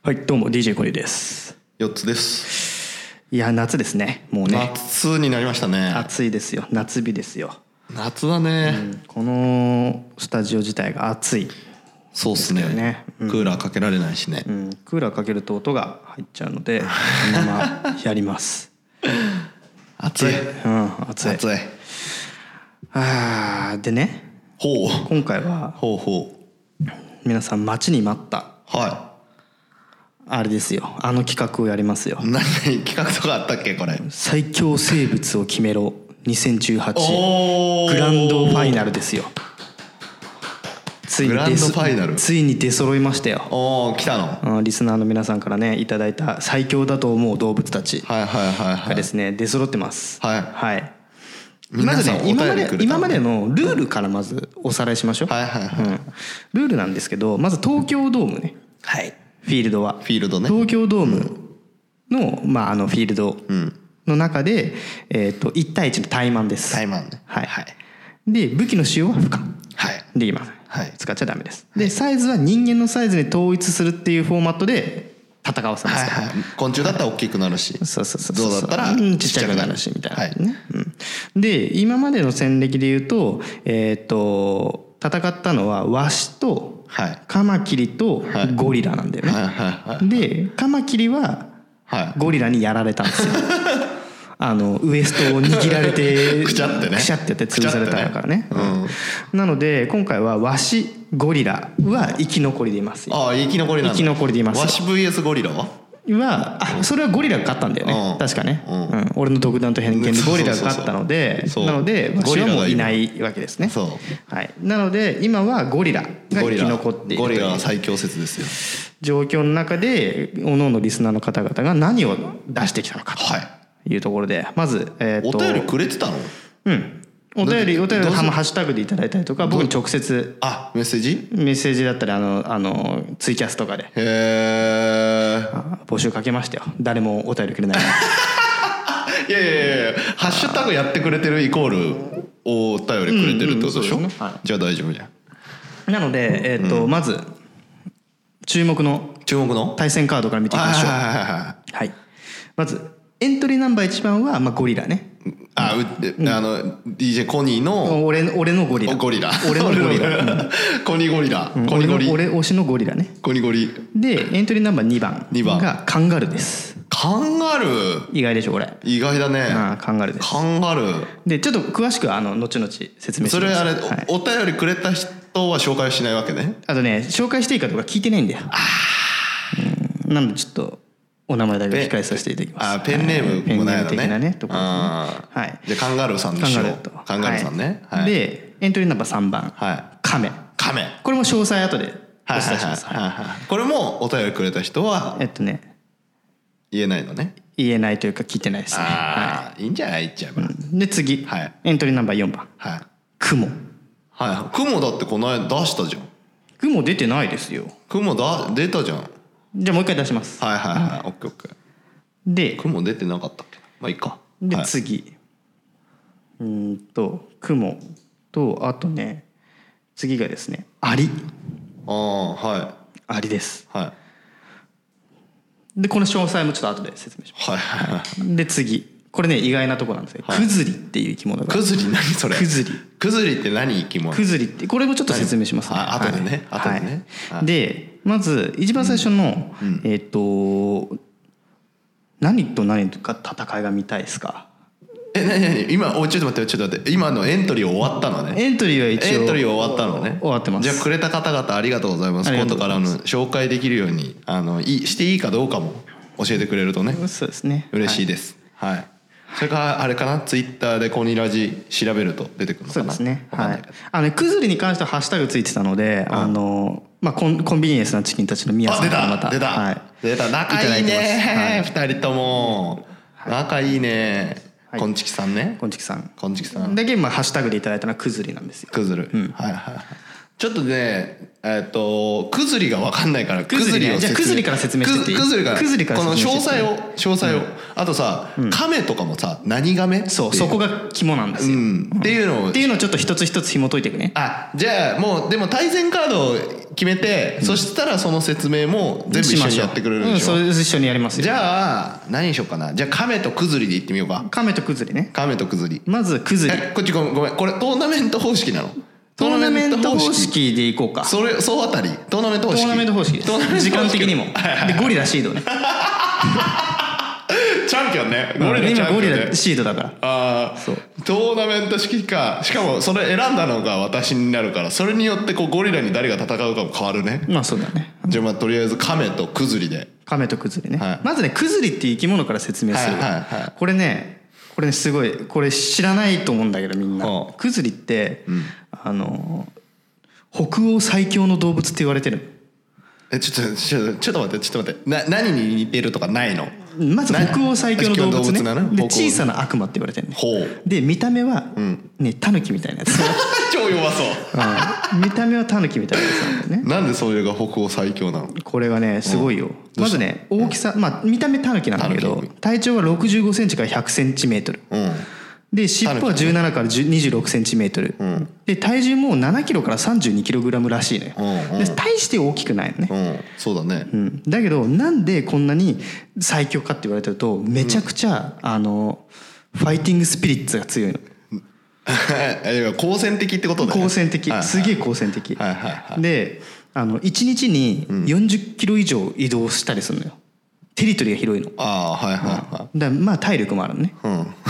はい、どうも DJ コニーです。 4つです。 いや、夏ですね。もうね、 夏になりましたね。 暑いですよ。夏日ですよ。 夏だね、 このスタジオ自体が暑い。 そうっすね、クーラーかけられないしね、 クーラーかけると音が入っちゃうのでこのままやります暑い、 暑い。 暑い。 でね、今回は皆さん待ちに待ったあれですよ、あの企画をやりますよ。 何企画とかあったっけこれ。 最強生物を決めろ2018グランドファイナルですよ。ついに出揃いましたよ。 来たの。 リスナーの皆さんからねいただいた最強だと思う動物たちがですね出揃ってます。はい。まずね、今までのルールからまずおさらいしましょう。ルールなんですけど、まず東京ドームね、フィールドは東京ドームのフィールドの中で1対1の対マンです。 対マンね。 で武器の使用は不可できます。使っちゃダメです。でサイズは人間のサイズに統一するっていうフォーマットで戦わせますから。 昆虫だったら大きくなるし、 象だったらちっちゃくなるしみたいなね。で今までの戦歴でいうと戦ったのはワシとカマキリとゴリラなんだよね。でカマキリはゴリラにやられたんですよ。ウエストを握られてくしゃってやって潰されたからね。なので今回はワシゴリラは生き残りでいますよ。 生き残りなんだ。 生き残りでいます。 ワシ VS ゴリラはそれはゴリラが勝ったんだよね。確かね。俺の独断と偏見でゴリラが勝ったので、なのでワシはもういないわけですね。なので今はゴリラが生き残っている。 ゴリラは最強説ですよ。 状況の中で各々リスナーの方々が何を出してきたのかというところで、まずお便りくれてたの？ お便りハッシュタグでいただいたりとか、僕に直接メッセージだったりツイキャスとかで募集かけましたよ。誰もお便りくれない。 いやハッシュタグやってくれてるイコールお便りくれてるってことでしょ。じゃあ大丈夫じゃん。 なのでまず注目の対戦カードから見ていきましょう。まずエントリーナンバー1番はゴリラね。 DJ コニーの俺のゴリラ。俺のゴリラ。 コニゴリラ。 俺推しのゴリラね。 コニゴリ。 でエントリーナンバー2番がカンガルーです。 カンガルー。 意外でしょこれ。 意外だね。 カンガルーです。 カンガルー。 でちょっと詳しくは後々説明します。 それお便りくれた人は紹介しないわけね。 あとね紹介していいかどうか聞いてないんだよ。なのでちょっとお名前だけ控えさせていただきます。 ペンネームもないのね。 ペンネーム的なねところじゃあカンガルーさんにしよう。カンガルーさんね。 でエントリーナンバー3番カメ。これも詳細後でお伝えします。 これもお便りくれた人は言えないのね。 言えないというか聞いてないですね。 いいんじゃない言っちゃえば。 で次エントリーナンバー4番クモ。 クモだってこの間出したじゃん。 クモ出てないですよ。 クモ出たじゃん。 じゃあもう一回出します。 オッケー。 でクモ出てなかったっけ。まあいいか。 で次クモとあとね次がですねアリ。アリです。でこの詳細もちょっと後で説明します。で次これね意外なところなんですけどクズリっていう生き物が。 クズリ何それ。クズリって何生き物。 クズリってこれもちょっと説明しますね。 後でね。 でまず一番最初の何と何とか戦いが見たいですか。 今ちょっと待って今のエントリー終わったのね。 エントリーは一応終わったのね。 終わってます。 じゃあくれた方々ありがとうございます。今度から紹介できるようにしていいかどうかも教えてくれるとね。 そうですね。 嬉しいです。それからあれかな、ツイッターでコニラジ調べると出てくるのかな。 そうですね。クズリに関してはハッシュタグついてたのでコンビニエンスなチキンたちのミヤさんがまた出た仲いいね2人とも仲いいね。こんちきさんね。 こんちきさんだけハッシュタグでいただいたのはクズリなんですよ。 クズリ。ちょっとねクズリが分かんないからクズリじゃあクズリから説明してっていい？ クズリからこの詳細をあとさ、亀とかもさ何亀？ そこが肝なんですよ、 っていうのをちょっと一つ一つ紐解いていくね。 じゃあもうでも対戦カードを決めて、そしたらその説明も全部一緒にやってくれるでしょ。 それ一緒にやりますよ。 じゃあ何にしようかな。じゃあ亀とクズリでいってみようか。 亀とクズリね。 亀とクズリ。 まずクズリ。 こっちごめんこれトーナメント方式なの？ トーナメント方式でいこうか。 総当たりトーナメント方式。 トーナメント方式です。時間的にも。でゴリラシードね。 チャンピオンね。 今ゴリラシードだから。 そうトーナメント式か。しかもそれ選んだのが私になるから、それによってこうゴリラに誰が戦うかも変わるね。 まあそうだね。 じゃあとりあえず亀とクズリで。 亀とクズリね、まずねクズリっていう生き物から説明する。これねすごいこれ知らないと思うんだけどみんな。クズリって、北欧最強の動物って言われてる。 ちょっと待って何に似てるとかないの？ まず北欧最強の動物ね。で小さな悪魔って言われてるね。で見た目はねタヌキみたいなやつ。 超弱そう。 見た目はタヌキみたいなやつなんだよね。 なんでそれが北欧最強なの？これがねすごいよ。まずね大きさ、見た目タヌキなんだけど体長は65センチから100センチメートル。で尻尾は17から26センチメートル、で体重も7キロから32キログラムらしいのよ。で大して大きくないのね。 そうだね。 だけどなんでこんなに最強かって言われてるとめちゃくちゃファイティングスピリッツが強いの。 好戦的ってことだね。 好戦的、すげえ好戦的。で1日に40キロ以上移動したりするのよ。テリトリーが広いの。だから体力もあるのね。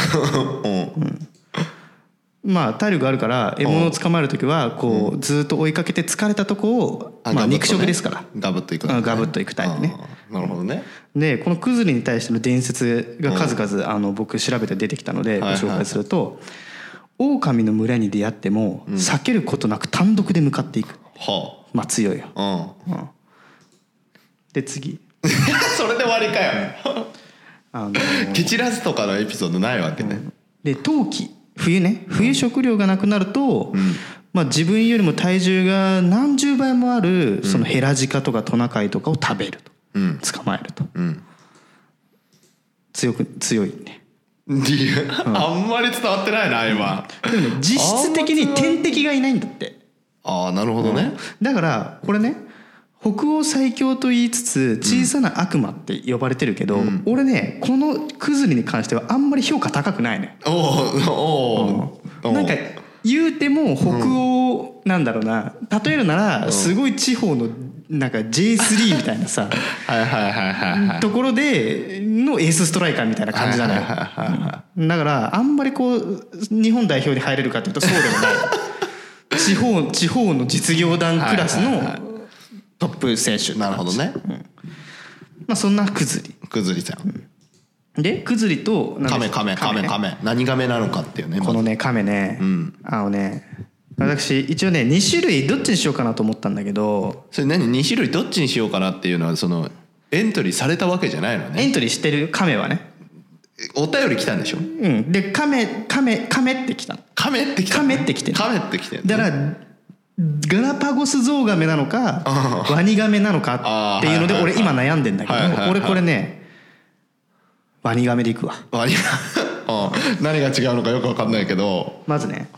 体力あるから獲物を捕まえる時はこうずっと追いかけて疲れたとこを肉食ですからガブッといくタイプね。 なるほどね。 でこのクズリに対しての伝説が数々僕調べて出てきたのでご紹介すると、狼の群れに出会っても避けることなく単独で向かっていく。強いよ。で次それで終わりかよ。ケチらずとかのエピソードないわけね。 で冬季冬食料がなくなると、自分よりも体重が何十倍もあるそのヘラジカとかトナカイとかを食べると、捕まえると、強いね。 あんまり伝わってないな今。 でもね実質的に天敵がいないんだって。 なるほどね。 だからこれね北欧最強と言いつつ小さな悪魔って呼ばれてるけど、俺ねこのクズリに関してはあんまり評価高くないね。なんか言うても北欧なんだろうな、例えるならすごい地方のなんか J3 みたいなさところでのエースストライカーみたいな感じなのよ。だからあんまりこう日本代表に入れるかっていうとそうでもない。地方の実業団クラスのトップ選手。 なるほどね。 そんなクズリさん。 でクズリと亀何亀なのかっていうね。 このね亀ね、私一応ね2種類どっちにしようかなと思ったんだけど。 それ2種類どっちにしようかなっていうのはそのエントリーされたわけじゃないのね。 エントリーしてる亀はね。 お便り来たんでしょ。 で亀って来た。亀って来てる。だからガラパゴスゾウガメなのかワニガメなのかっていうので俺今悩んでんだけど、俺これねワニガメでいくわ。 何が違うのかよく分かんないけど、 まずね、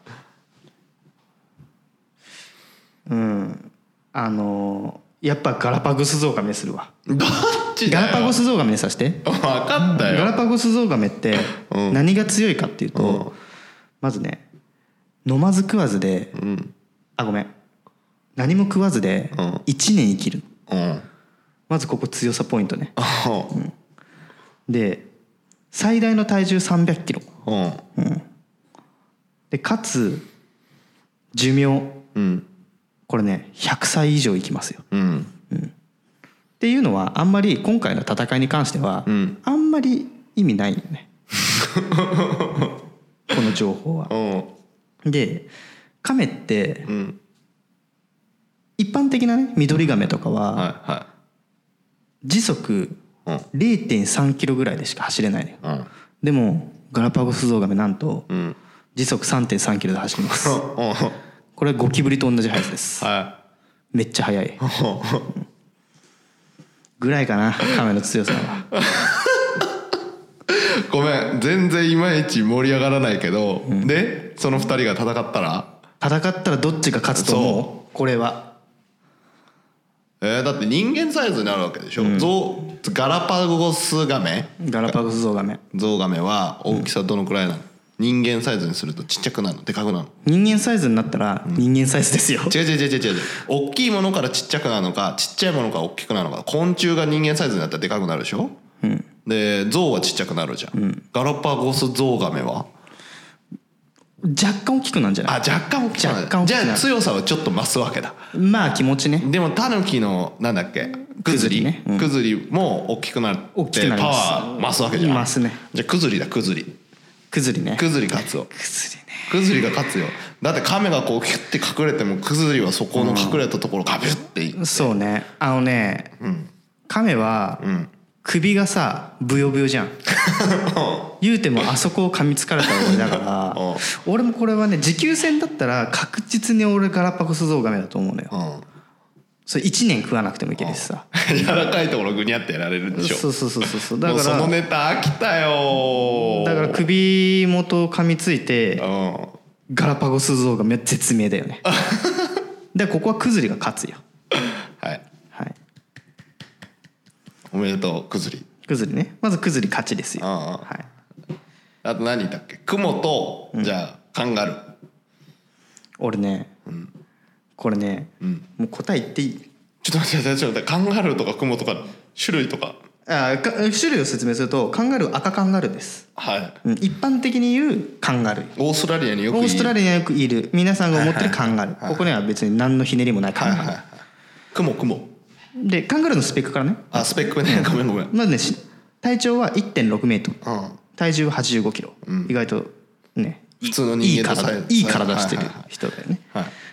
やっぱガラパゴスゾウガメするわ。 どっちだよ。 ガラパゴスゾウガメにさして。 分かったよ。 ガラパゴスゾウガメって何が強いかっていうと、まずね飲まず食わずで、何も食わずで1年生きる。まずここ強さポイントね。で最大の体重300キロ。でかつ寿命、これね100歳以上生きますよ。っていうのはあんまり今回の戦いに関しては、あんまり意味ないよね。この情報は。で亀って、一般的なね緑亀とかは、時速 0.3 キロぐらいでしか走れないのよ。でもガラパゴスゾウガメなんと、時速 3.3 キロで走ります。これはゴキブリと同じ速さです。 めっちゃ速いぐらいかな、亀の強さはごめん全然いまいち盛り上がらないけど、でその2人が戦ったらどっちが勝つと思う？これはだって人間サイズになるわけでしょ、ガラパゴスゾウガメは大きさどのくらいなの？人間サイズにするとちっちゃくなるの？でかくなるの？ 人間サイズになったら人間サイズですよ、 違う大きいものからちっちゃくなるのか、ちっちゃいものから大きくなるのか。昆虫が人間サイズになったらでかくなるでしょ、でゾウはちっちゃくなるじゃん、ガラパゴスゾウガメは若干大きくなるんじゃない？ 若干大きくなる。じゃあ強さはちょっと増すわけだ。 まあ気持ちね。 でもタヌキのなんだっけ、クズリね、クズリも大きくなってパワー増すわけじゃん。 増すね。 じゃあクズリ勝つよ。クズリが勝つよ。だってカメがこうキュッて隠れてもクズリはそこの隠れたところガビュッていって、 そうね、カメは首がさブヨブヨじゃん言うてもあそこを噛みつかれた俺だから俺もこれはね、持久戦だったら確実に俺ガラパゴスゾウガメだと思うのよ、それ1年食わなくてもいけるしさ柔らかいところグニャってやられるんでしょ。 そうだからそのネタ飽きたよ。 だから首元を噛みついてガラパゴスゾウガメは絶命だよねでここはクズリが勝つよ。 はいおめでとうクズリね。まずクズリ勝ちですよ。 あと何だっけ、クモと、じゃあカンガルー。 俺ね、これね、もう答え言っていい？ ちょっと待ってカンガルーとかクモとか種類とか。 種類を説明するとカンガルー赤カンガルーです。一般的に言うカンガルー。 オーストラリアによくいる皆さんが思ってるカンガルー。ここには別に何のひねりもないカンガルー。 クモでカンガルーのスペックからね。 スペックね、ごめんまずね、体長は 1.6 メートル、体重は85キロ、意外とね普通の人間といい体してる人だよね。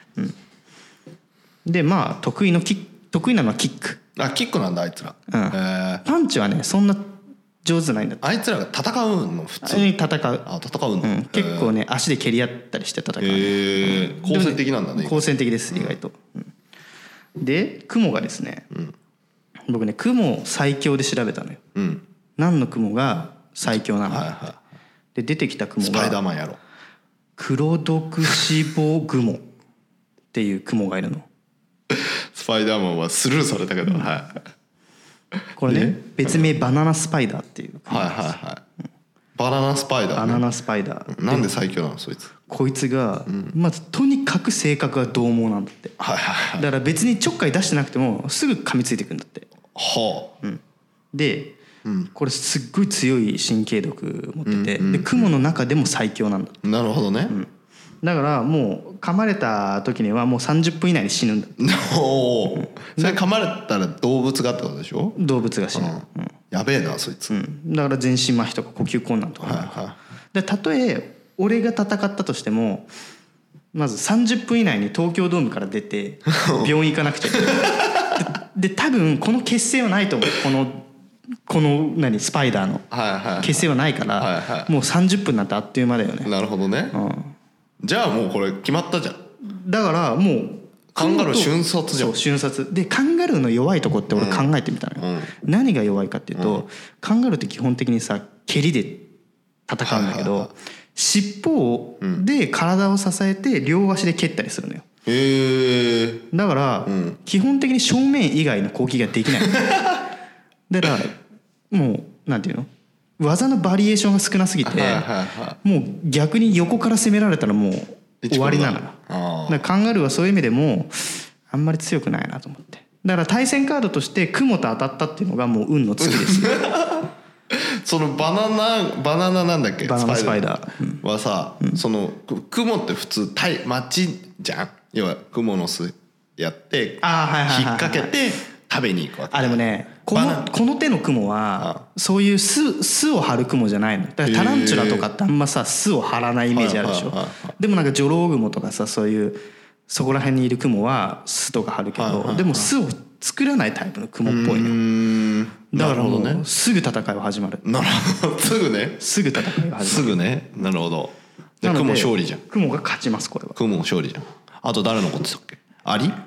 でまあ得意なのはキック。 キックなんだあいつら。 パンチはねそんな上手ないんだって。 あいつらが戦うの普通に戦うの、 結構ね足で蹴り合ったりして戦う。 好戦的なんだね。 好戦的です意外と。でクモがですね、僕ねクモ最強で調べたのよ。何のクモが最強なの？で出てきたクモがスパイダーマンやろ。 クロドクシボグモっていうクモがいるの。 スパイダーマンはスルーされたけど、 これね別名バナナスパイダーっていう。 バナナスパイダー。 なんで最強なのそいつ？ こいつがまずとにかく性格が獰猛なんだって。だから別にちょっかい出してなくてもすぐ噛みついてくんだって。でこれすっごい強い神経毒持ってて、でクモの中でも最強なんだ。 なるほどね。 だからもう噛まれた時にはもう30分以内に死ぬんだ。 それ噛まれたら動物がってことでしょ？動物が死ぬ。 やべえなそいつ。 だから全身麻痺とか呼吸困難とか。でたとえ俺が戦ったとしてもまず30分以内に東京ドームから出て病院行かなくちゃいけないで多分この血清はないと思う。このスパイダーの血清はないからもう30分なんてあっという間だよね。 なるほどね。じゃあもうこれ決まったじゃん。 だからもうカンガルー瞬殺じゃん。 瞬殺でカンガルーの弱いとこって俺考えてみたのよ。何が弱いかっていうと、カンガルーって基本的にさ蹴りで戦うんだけど、尻尾で体を支えて両足で蹴ったりするのよ。だから、基本的に正面以外の攻撃ができないだからもうなんていうの、技のバリエーションが少なすぎて、もう逆に横から攻められたらもう終わりなのよ。だからカンガルーはそういう意味でもあんまり強くないなと思って。だから対戦カードとしてクモと当たったっていうのがもう運の尽きですそのバナナなんだっけ、 バナナスパイダーはさ、そのクモって普通待ちじゃん。要はクモの巣やって引っ掛けて食べに行くわけ。 でもねこの手のクモはそういう巣を張るクモじゃないの。だからタランチュラとかってあんまさ巣を張らないイメージあるでしょ。でもなんかジョロウグモとかさそういうそこら辺にいるクモは巣とか張るけど、でも巣を作らないタイプのクモっぽいの。だからもうすぐ戦いは始まる。 なるほど。すぐね。 すぐ戦いが始まる。 すぐね。なるほど。でクモ勝利じゃん。 クモが勝ちますこれは。 クモ勝利じゃん。あと誰残ってたっけ？アリ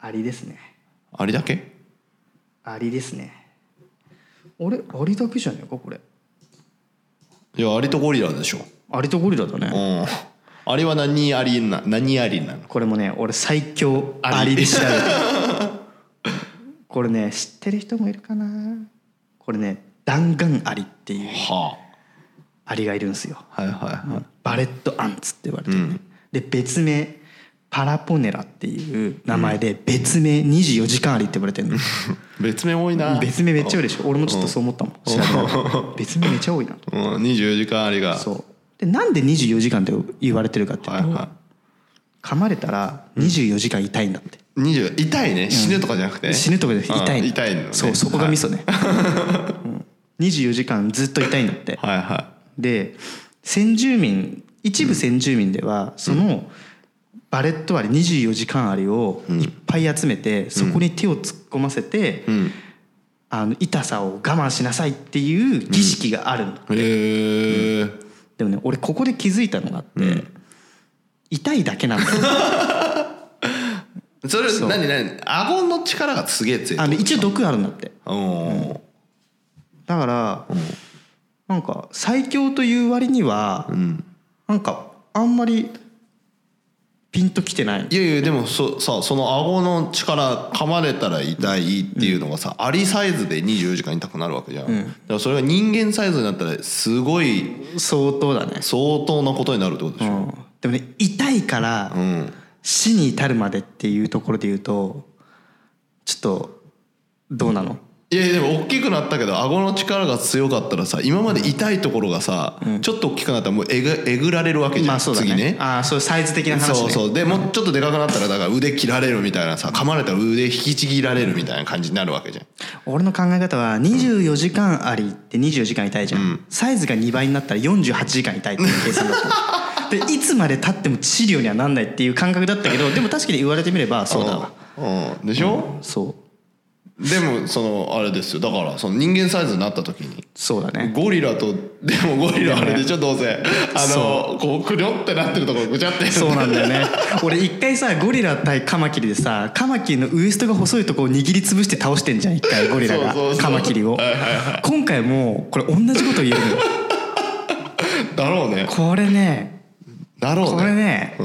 アリですね。 アリだけ？ アリですね。あれアリだけじゃねえかこれ。 いやアリとゴリラでしょ。 アリとゴリラだね。 アリは何アリなの？ これもね俺最強アリで調べたこれね知ってる人もいるかな。これね弾丸アリっていうアリがいるんですよ。 はいはいはい。 バレットアンツって言われてるね。で別名パラポネラっていう名前で別名24時間アリって呼ばれてるの。 別名多いな。 別名めっちゃ多いでしょ。俺もちょっとそう思ったもん。別名めっちゃ多いな。 24時間アリが。 そうでなんで24時間って言われてるかっていうと、噛まれたら24時間痛いんだって。 痛いね。死ぬとかじゃなくて、 死ぬとかじゃなくて痛いの。 痛いのね。 そうそこがミソね。24時間ずっと痛いんだって。 はいはい。 で一部先住民ではそのバレットアリ24時間アリをいっぱい集めてそこに手を突っ込ませて痛さを我慢しなさいっていう儀式があるんだって。でもね俺ここで気づいたのがあって、痛いだけなんだよ。 それ何顎の力がすげえ強い。 一応毒あるんだって。だからなんか最強という割にはなんかあんまりピンときてない。 いやいやでもその顎の力噛まれたら痛いっていうのがさ、アリサイズで24時間痛くなるわけじゃん。だからそれが人間サイズになったらすごい相当だね。 相当なことになるってことでしょ。 でもね痛いから死に至るまでっていうところで言うとちょっとどうなの？ いやでも大きくなったけど顎の力が強かったらさ今まで痛いところがさ、ちょっと大きくなったらもうえぐられるわけじゃん。 まあそうだね。次ね。そういうサイズ的な話ね。 そうでもうちょっとでかくなったらだから腕切られるみたいなさ、噛まれたら腕引きちぎられるみたいな感じになるわけじゃん。 俺の考え方は24時間アリって24時間痛いじゃん。サイズが2倍になったら48時間痛いっていう計算だった。でいつまで経っても治療にはなんないっていう感覚だったけど、でも確かに言われてみればそうだわ。 でしょ？そう。でもあれですよ。だからその人間サイズになった時にそうだね。 ゴリラとでもゴリラあれでしょどうせこうくりょってなってるところぐちゃってそうなんだよね。俺一回さゴリラ対カマキリでさカマキリのウエストが細いとこを握りつぶして倒してんじゃん一回ゴリラがカマキリを。今回もこれ同じこと言えるのだろうね。 これねだろうね。 これね、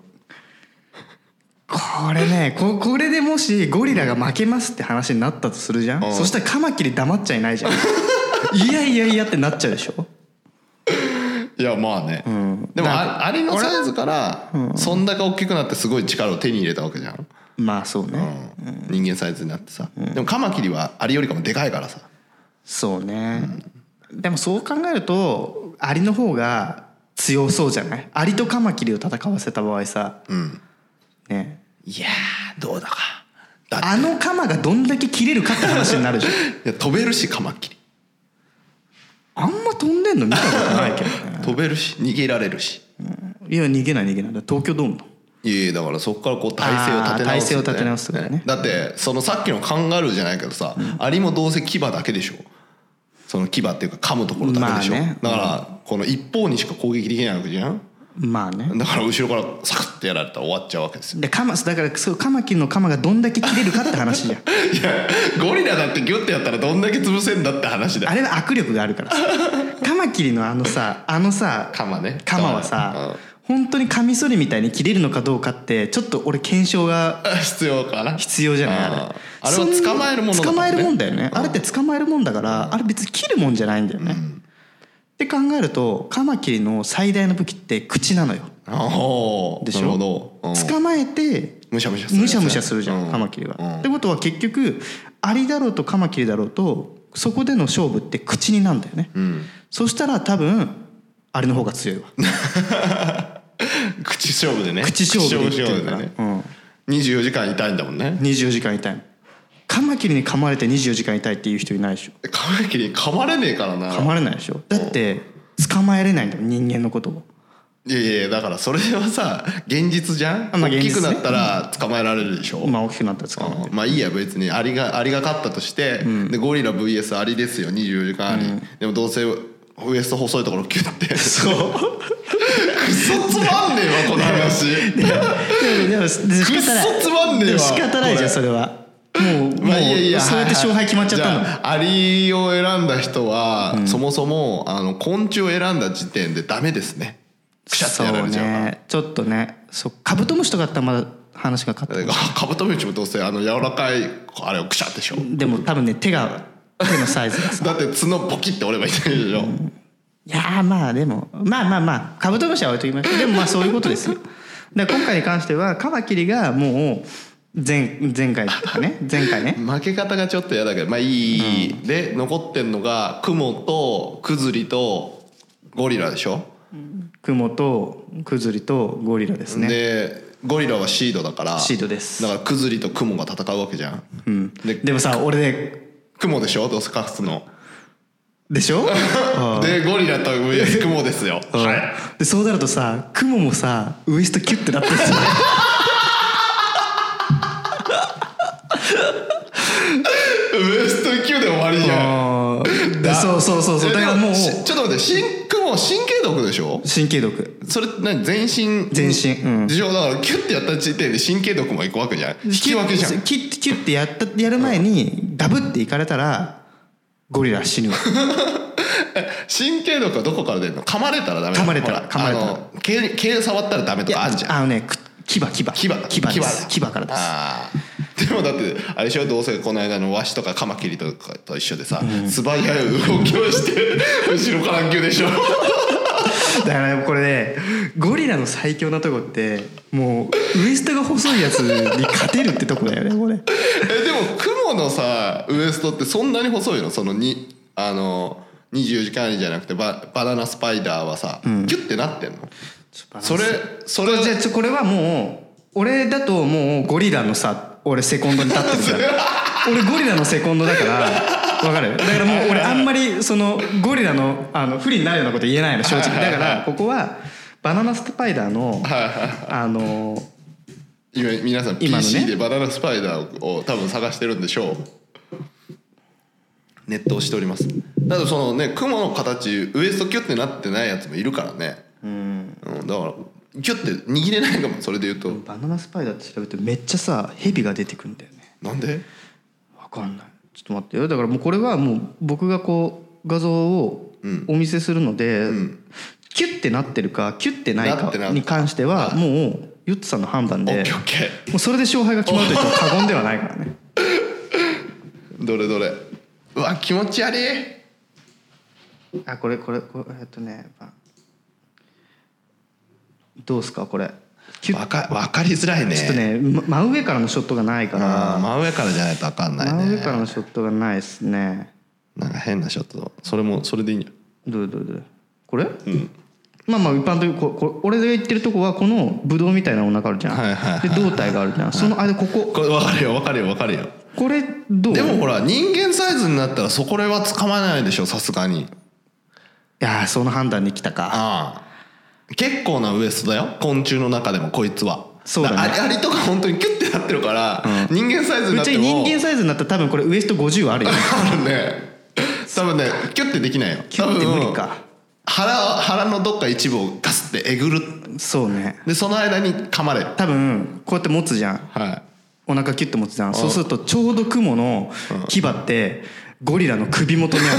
これねこれでもしゴリラが負けますって話になったとするじゃん。そしたらカマキリ黙っちゃいないじゃん。いやってなっちゃうでしょ。 いやまあね、でもアリのサイズからそんだけ大きくなってすごい力を手に入れたわけじゃん。 まあそうね、 人間サイズになってさ、でもカマキリはアリよりかもでかいからさ。 そうね、でもそう考えるとアリの方が強そうじゃない？アリとカマキリを戦わせた場合さ、ね、 いやどうだかあのカマがどんだけ切れるかって話になるじゃん。いや飛べるしカマキリあんま飛んでんの見たことないけどね。 飛べるし逃げられるし、 いや逃げない東京ドームの。 いやだからそこからこう体勢を立て直すね。 だってそのさっきのカンガルーじゃないけどさ、アリもどうせ牙だけでしょ。その牙っていうか噛むところだけでしょ、だからこの一方にしか攻撃できないわけじゃん。 まあね。 だから後ろからサクッてやられたら終わっちゃうわけですよ。 でだからそうカマキリのカマがどんだけ切れるかって話じゃん。いやゴリラだってギュッてやったらどんだけ潰せんだって話だよ。 あれは握力があるからさ。カマキリのあのさカマね。 カマはさ、本当にカミソリみたいに切れるのかどうかってちょっと俺検証が必要かな。 必要じゃない？あれは捕まえるものだからね。 捕まえるもんだよね。あれって捕まえるもんだからあれ別に切るもんじゃないんだよね。って考えるとカマキリの最大の武器って口なのよ。でしょ。捕まえてむしゃむしゃするじゃんカマキリは。ってことは結局アリだろうとカマキリだろうとそこでの勝負って口になんだよね。そしたら多分アリの方が強いわ。 口勝負でね。 口勝負で言ってるから。 24時間痛いんだもんね。 24時間痛い。カマキリに噛まれて24時間痛いっていう人いないでしょ。 カマキリに噛まれねえからな。 噛まれないでしょ。だって捕まえれないんだもん人間のことを。 いやだからそれはさ現実じゃん。大きくなったら捕まえられるでしょ。 まあ大きくなったら捕まえる。 まあいいや別にアリが勝ったとして、でゴリラ VS アリですよ24時間アリ、でもどうせウエスト細いところキュッてそうくそつまんねえわこの話。 でもくっそつまんねえわ。 仕方ないじゃんそれは。もうそうやって勝敗決まっちゃったんだ。 じゃあアリを選んだ人は、そもそも昆虫を選んだ時点でダメですね。くしゃってやられちゃうから。 そうね、ちょっとね、カブトムシとかだったらまだ話が勝った。 カブトムシもどうせ柔らかいあれをくしゃってしょ。 でも多分ね手のサイズがさだって角ポキって折ればいいでしょ、いやまあでもまあカブトムシは置いときましょう。でもまあそういうことですよ。だから今回に関してはカマキリがもう前回とかね前回ね負け方がちょっと嫌だけどまあいい、で残ってんのがクモとクズリとゴリラでしょ。 クモとクズリとゴリラですね。 でゴリラはシードだからシードです。 だからクズリとクモが戦うわけじゃん、 でもさ俺ねクモでしょどうせ勝つのでしょでゴリラとウエストクモですよはいでそうなるとさクモもさウエストキュッてなってるんですよねウエスト9で終わりじゃん。 そうだからもうちょっと待ってクモ神経毒でしょ。 神経毒それ何全身でしょ。 だからキュッてやった時点で神経毒もいくわけじゃん。引き分けじゃん。 キュッてやる前にダブっていかれたらゴリラ死ぬわ神経毒はどこから出るの。噛まれたらダメ。 噛まれたら毛触ったらダメとかあるじゃん。 牙からです。 でもだってあれでしょどうせこの間のワシとかカマキリとかと一緒でさ、素早い動きをして後ろから急でしょだからこれねゴリラの最強なとこってもうウエストが細いやつに勝てるってとこだよねこれ。でもクモのさウエストってそんなに細いの。その24時間じゃなくてバナナスパイダーはさ、キュッてなってんの。それじゃあこれはもう俺だともうゴリラのさ俺セコンドに立ってるから俺ゴリラのセコンドだから分かる。だからもう俺あんまりそのゴリラの不利になるようなこと言えないの正直。だからここはバナナスパイダーの今皆さん PC でバナナスパイダーを多分探してるんでしょう。ネットをしております。だからそのねクモの形ウエストキュッてなってないやつもいるからね。だからキュッて握れないかも。それで言うとバナナスパイダーって調べてめっちゃさヘビが出てくるんだよね。 なんで分かんない。ちょっと待ってよ。だからもうこれはもう僕がこう画像をお見せするので、キュッてなってるかキュッてないかに関してはもうユッツさんの判断でもうそれで勝敗が決まると言っても過言ではないからねどれうわ気持ち悪い。 これどうすかこれ。 分かりづらいね。 ちょっとね真上からのショットがないから真上からじゃないと分かんないね。 真上からのショットがないですね。 なんか変なショット。それでいいんじゃん。 どれこれ、まあ一般的に俺が言ってるとこはこのブドウみたいなお腹あるじゃん、で胴体があるじゃん、その間これ分かるよこれどう。 でもほら人間サイズになったらこれは捕まえないでしょさすがに。いやその判断に来たか。 結構なウエストだよ昆虫の中でもこいつは。 そうだね。 アリとか本当にキュッてなってるから、人間サイズになってもぶっちゃけ人間サイズになったら多分これウエスト50はあるよねあるね。多分ねキュッてできないよ。 キュッて無理か。 腹のどっか一部をガスってえぐる。 そうね。 でその間に噛まれる。 多分こうやって持つじゃん、お腹キュッて持つじゃん。そうするとちょうどクモの牙ってゴリラの首元にある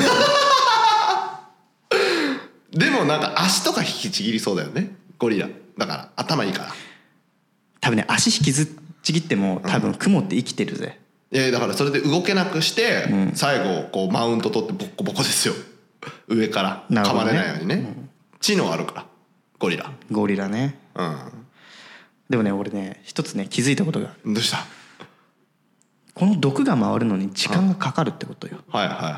でもなんか足とか引きちぎりそうだよねゴリラだから頭いいから。 多分ね足引きずちぎっても多分クモって生きてるぜ。 いやだからそれで動けなくして、最後こうマウント取ってボッコボコですよ上から、噛まれないようにね、知能あるからゴリラね。でもね俺ね一つね気づいたことがある。 どうした。 この毒が回るのに時間がかかるってことよ。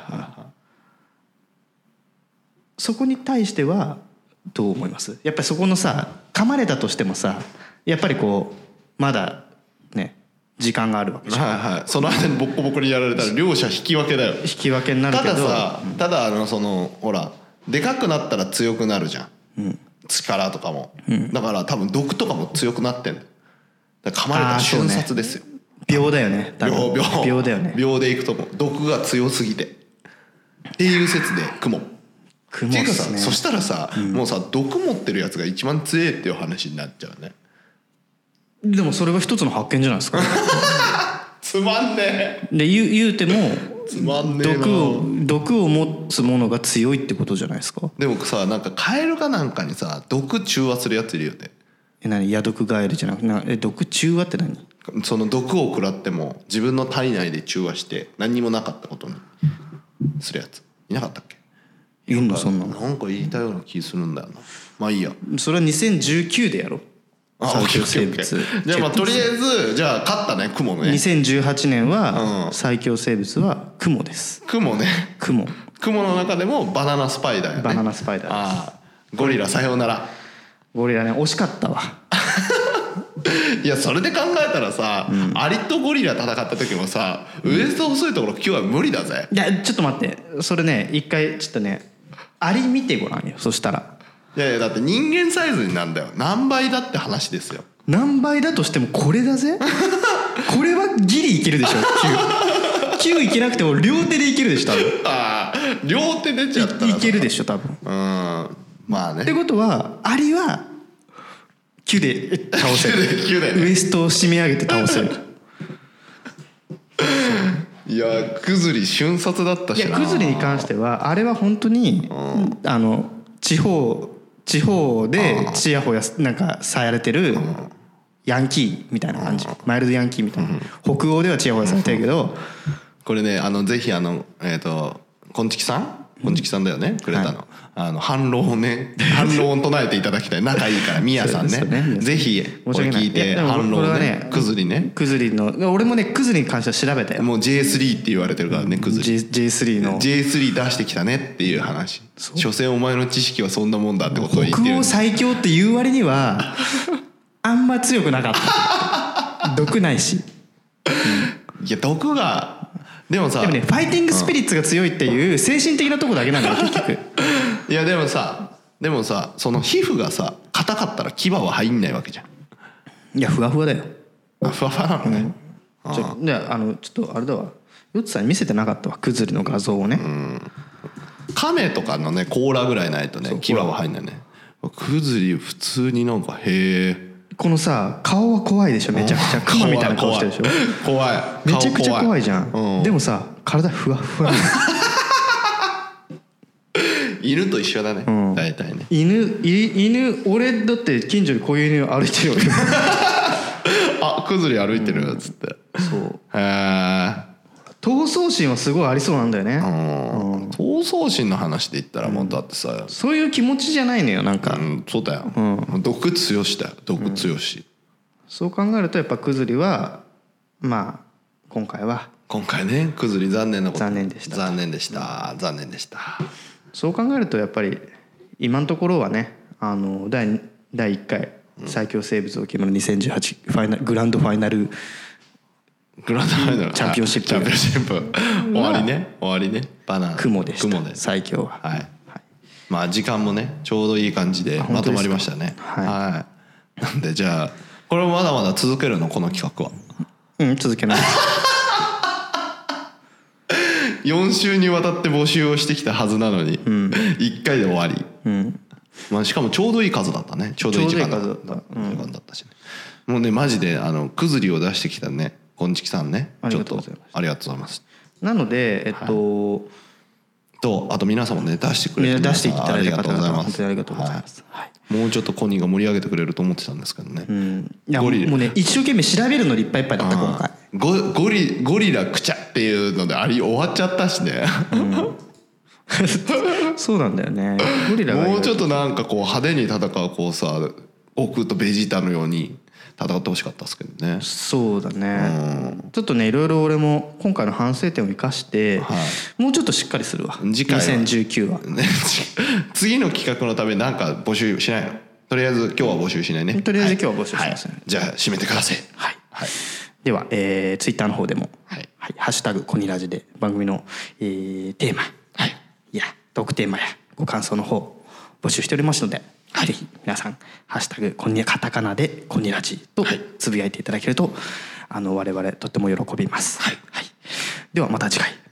そこに対してはどう思います。やっぱりそこのさ噛まれたとしてもさやっぱりこうまだね時間があるわけじゃん。 その間にボッコボコにやられたら両者引き分けだよ。 引き分けになるけどただそのほらでかくなったら強くなるじゃん、力とかも、だから多分毒とかも強くなってんだよ。だから噛まれたら瞬殺ですよ。 秒だよね。 秒だよね。秒でいくと思う。毒が強すぎてっていう説でクモ雲っすね。 そしたらさ、もうさ毒持ってるやつが一番強えっていう話になっちゃうね。 でもそれが一つの発見じゃないですか。 つまんねえ。で言うてもつまんねえな。 毒を持つものが強いってことじゃないですか。 でもさ、なんかカエルかなんかにさ毒中和するやついるよね。 何、ヤドクガエルじゃなくて毒中和って何？ その毒を食らっても自分の体内で中和して何にもなかったことにするやついなかったっけ？ いるのそんなの。 なんか言いたような気するんだよな。まあいいや。 それは2019でやろ。最強生物。 じゃあまあとりあえずじゃあ勝ったね、クモね。 2018年は最強生物はクモです。 クモね。 クモの中でもバナナスパイダーやね。 バナナスパイダー。 ああ、ゴリラさようなら。 ゴリラね、惜しかったわ。 いやそれで考えたらさ、アリとゴリラ戦った時もさ、ウエスト細いところ今日は無理だぜ。 いやちょっと待って、それね一回ちょっとねアリ見てごらんよ。そしたらいやだって人間サイズになんだよ。何倍だって話ですよ。 何倍だとしてもこれだぜ。これはギリいけるでしょ。9いけなくても両手でいけるでしょ多分。 ああ、両手出ちゃったらいけるでしょ多分。 まあね。 ってことはアリは9で倒せる。 9でね。 ウエストを締め上げて倒せる。 いやクズリ瞬殺だったしな。 いやクズリに関してはあれは本当に、地方でちやほやなんかさやれてるヤンキーみたいな感じ、マイルドヤンキーみたいな、北欧ではちやほやされてるけど、 これねぜひこんちきさんだよねくれたの、反論を唱えていただきたい。仲いいからミヤさん ねぜひこれ聞いて反論をね。クズリの俺もねクズリに関しては調べたよ。 もう J3 って言われてるからね、クズリ J3 出してきたねっていう話。所詮お前の知識はそんなもんだってことを言ってる。 北欧最強っていう割にはあんま強くなかった。毒ないし、 いや毒がでもねファイティングスピリッツが強いっていう精神的なとこだけなんだよ結局。 いやでもさその皮膚がさ硬かったら牙は入んないわけじゃん。 いやふわふわだよ。 ふわふわなのね。 ちょっとあれだわ、ヨッツさんに見せてなかったわクズリの画像をね。 亀とかのね甲羅ぐらいないとね牙は入んないね。クズリ普通になんかへえ。 このさ顔は怖いでしょ、めちゃくちゃクマみたいな顔してるでしょ。 怖いめちゃくちゃ怖いじゃん、でもさ体ふわふわ。 犬と一緒だね、大体ね。 犬俺だって近所にこういう犬歩いてるわけ。 あ、クズリ歩いてるっつって、 そうへえ。 闘争心はすごいありそうなんだよね。 闘争心の話で言ったらもうだってさ、 そういう気持ちじゃないのよなんか、 そうだよ、毒強しだよ、毒強し、 そう考えるとやっぱクズリはまあ今回ねクズリ残念でした。 そう考えるとやっぱり今のところはね第1回最強生物を決める2018グランドファイナルチャンピオンシップ終わりね。バナナクモでした。最強は、 まあ時間もねちょうどいい感じでまとまりましたね。なんでじゃあこれまだまだ続けるのこの企画は。 続けない。 4週にわたって募集をしてきたはずなのに、1回で終わり、まあ、しかもちょうどいい数だったね。ちょうどいい時間だったしね。もうねマジでクズリを出してきたねこんちきさんね、ちょっとありがとうございます。 なのであと皆さんもね出してくれて出していただいた方々 ありがとうございます。 本当にありがとうございます。 もうちょっとコニーが盛り上げてくれると思ってたんですけどね。 いやもうね一生懸命調べるのにいっぱいいっぱいだった今回。 ゴリラくちゃっていうので終わっちゃったしね。 そうなんだよね。ゴリラがもうちょっとなんかこう派手に戦うこうさ悟空とベジータのように戦ってほしかったですけどね。 そうだね、ちょっとねいろいろ俺も今回の反省点を生かして、もうちょっとしっかりするわ次回は 2019は、 次の企画のために何か募集しないの？とりあえず今日は募集しないね。 とりあえず今日は募集しますね、 じゃあ締めてください。 では、ツイッターの方でも、ハッシュタグコニラジで番組の、テーマ、いやトークテーマやご感想の方募集しておりますので、ぜひ皆さんハッシュタグコニカタカナでコニラジとつぶやいていただけると我々とっても喜びます。ではまた次回。